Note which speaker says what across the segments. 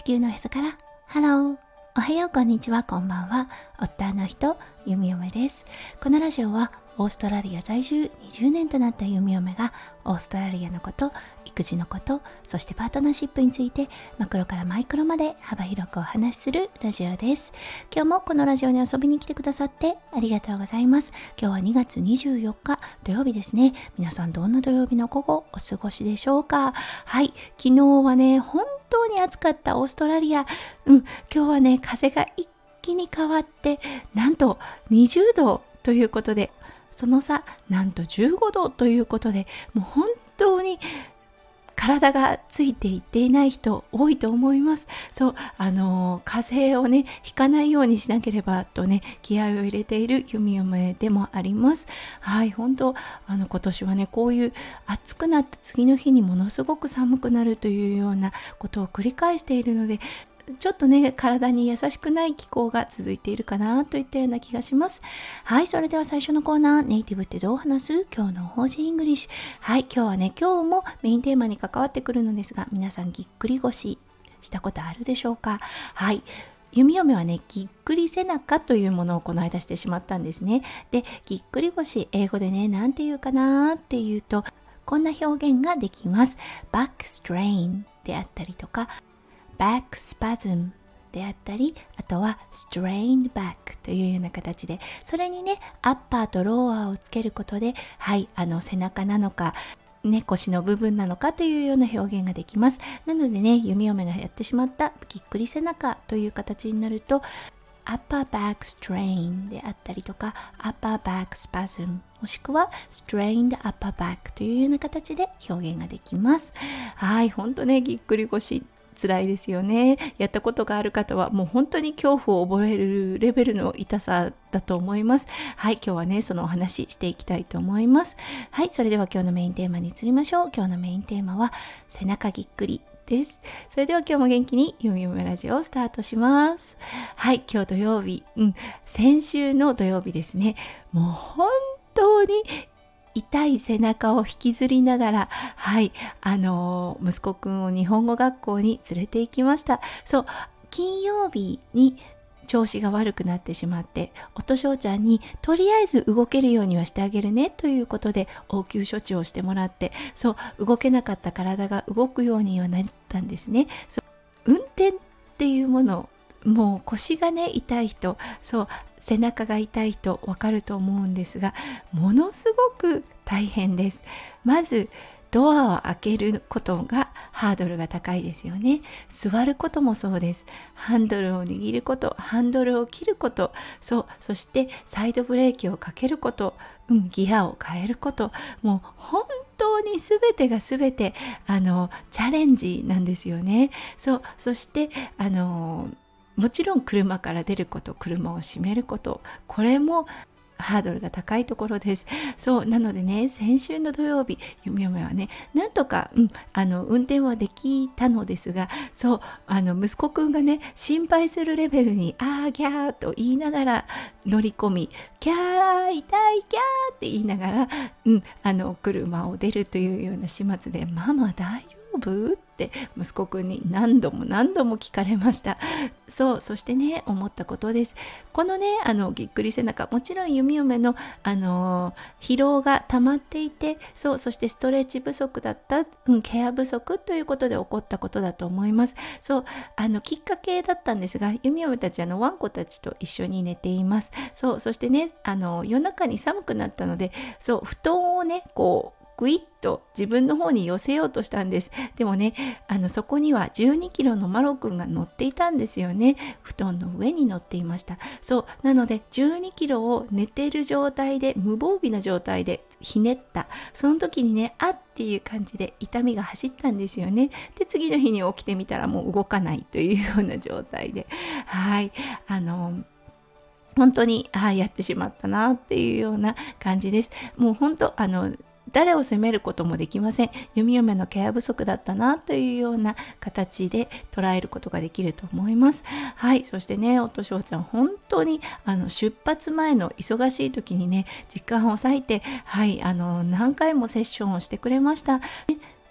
Speaker 1: 球のへそからハロー、おはよう、こんにちは、こんばんは。夫の人、ゆみおめです。このラジオはオーストラリア在住20年となったゆみおめがオーストラリアのこと、育児のこと、そしてパートナーシップについてマクロからマイクロまで幅広くお話しするラジオです。今日もこのラジオに遊びに来てくださってありがとうございます。今日は2月24日土曜日ですね。皆さんどんな土曜日の午後お過ごしでしょうか。はい、昨日はね本当に暑かったオーストラリア。今日はね風が一気に変わってなんと20度ということで、その差なんと15度ということで、もう本当に体がついていっていない人多いと思います。そう、風邪をねひかないようにしなければとね気合を入れているゆみゆめでもあります。はい、本当今年はねこういう暑くなった次の日にものすごく寒くなるというようなことを繰り返しているので、ちょっとね体に優しくない気候が続いているかなといったような気がします。はい、それでは最初のコーナー、ネイティブってどう話す？今日の法人イングリッシュ。はい、今日もメインテーマに関わってくるのですが、皆さんぎっくり腰したことあるでしょうか？はい、ゆみよめはねぎっくり背中というものをこの間してしまったんですね。で、ぎっくり腰、英語でねなんて言うかなっていうと、こんな表現ができます。バックストレインであったりとか、バックスパズムであったり、あとはstrained back というような形で、それにねアッパーとローアーをつけることで、はい、背中なのかね腰の部分なのかというような表現ができます。なのでねゆみおめがやってしまったぎっくり背中という形になると、upper back strain であったりとか upper back spasm もしくは strained upper back というような形で表現ができます。はい、本当ねぎっくり腰辛いですよね。やったことがある方はもう本当に恐怖を覚えるレベルの痛さだと思います。はい、今日はねそのお話していきたいと思います。はい、それでは今日のメインテーマに移りましょう。今日のメインテーマは背中ぎっくりです。それでは今日も元気にゆみゆみラジオをスタートします。はい、今日土曜日、先週の土曜日ですね、もう本当に痛い背中を引きずりながら、はい、息子くんを日本語学校に連れて行きました。そう、金曜日に調子が悪くなってしまって、夫翔ちゃんにとりあえず動けるようにはしてあげるねということで応急処置をしてもらって、そう動けなかった体が動くようにはなったんですね。運転っていうもの、もう腰がね痛い人、背中が痛い人わかると思うんですが、ものすごく大変です。まずドアを開けることがハードルが高いですよね。座ることもそうです。ハンドルを握ること、ハンドルを切ること、そしてサイドブレーキをかけること、ギアを変えること、もう本当に全てが全てチャレンジなんですよね。そしてもちろん車から出ること、車を閉めること、これもハードルが高いところです。なのでね、先週の土曜日ゆみおめはねなんとか、運転はできたのですが、息子くんがね心配するレベルにギャーと言いながら乗り込み、キャー痛いキャーって言いながら、車を出るというような始末で、ママ大丈夫って息子くんに何度も聞かれました。そしてね思ったことです。このねぎっくり背中、もちろんゆみゆめの疲労が溜まっていて、そしてストレッチ不足だった、ケア不足ということで起こったことだと思います。きっかけだったんですが、ゆみゆめたちワンコたちと一緒に寝ています。そしてね夜中に寒くなったので、布団をねこうぐいっと自分の方に寄せようとしたんです。でもねそこには12キロのマロくんが乗っていたんですよね。布団の上に乗っていました。なので12キロを寝ている状態で、無防備な状態でひねった、その時にねっていう感じで痛みが走ったんですよね。で次の日に起きてみたらもう動かないというような状態で、はい本当にやってしまったなっていうような感じです。もう本当誰を責めることもできません。ゆみゆめのケア不足だったなというような形で捉えることができると思います。はい、そしてね夫翔ちゃん本当に出発前の忙しい時にね時間を割いて、はい何回もセッションをしてくれました。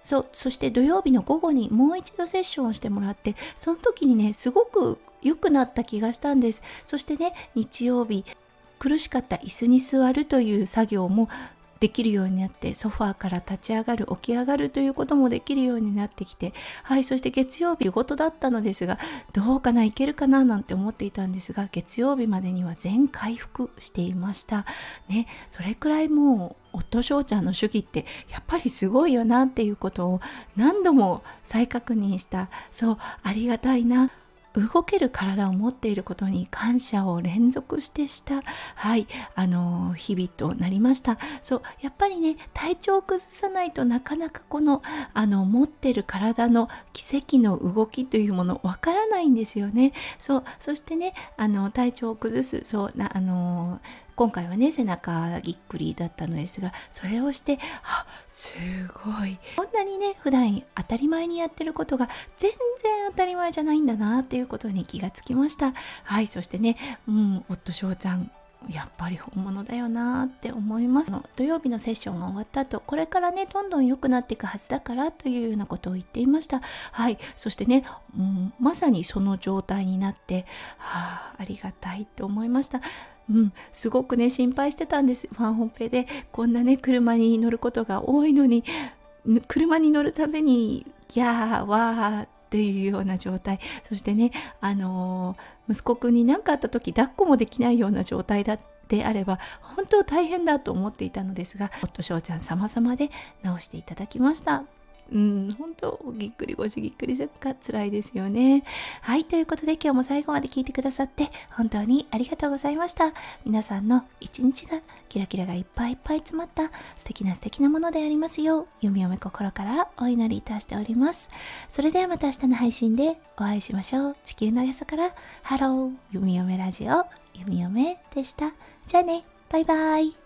Speaker 1: そして土曜日の午後にもう一度セッションをしてもらって、その時にねすごく良くなった気がしたんです。そしてね、日曜日苦しかった椅子に座るという作業もできるようになって、ソファーから立ち上がる、起き上がるということもできるようになってきて、はい、そして月曜日仕事だったのですが、どうかな、いけるかななんて思っていたんですが、月曜日までには全回復していましたね。それくらいもう夫翔ちゃんの主義ってやっぱりすごいよなっていうことを何度も再確認した。そう、ありがたいな、動ける体を持っていることに感謝を連続してした、はい、日々となりました。そう、やっぱりね、体調を崩さないとなかなかこの持っている体の奇跡の動きというものわからないんですよね。そう、そしてね、体調を崩す、そうな今回はね背中ぎっくりだったのですが、それをしてすごい、こんなにね普段当たり前にやってることが全然当たり前じゃないんだなっていうことに気がつきました。はい、そしてね、夫翔ちゃんやっぱり本物だよなって思います。土曜日のセッションが終わった後、これからねどんどん良くなっていくはずだからというようなことを言っていました。はい、そしてね、まさにその状態になって、ありがたいって思いました。すごくね心配してたんです。ファンホンペでこんなね車に乗ることが多いのに、車に乗るためにギャーワーっていうような状態、そしてね息子くんに何かあった時抱っこもできないような状態であれば本当大変だと思っていたのですが、夫翔ちゃん様々で直していただきました。本当ぎっくり腰ぎっくり背中辛いですよね。はい、ということで今日も最後まで聞いてくださって本当にありがとうございました。皆さんの一日がキラキラがいっぱいいっぱい詰まった素敵なものでありますよう、弓嫁心からお祈りいたしております。それではまた明日の配信でお会いしましょう。地球の朝からハロー、弓嫁ラジオ弓嫁でした。じゃあね、バイバイ。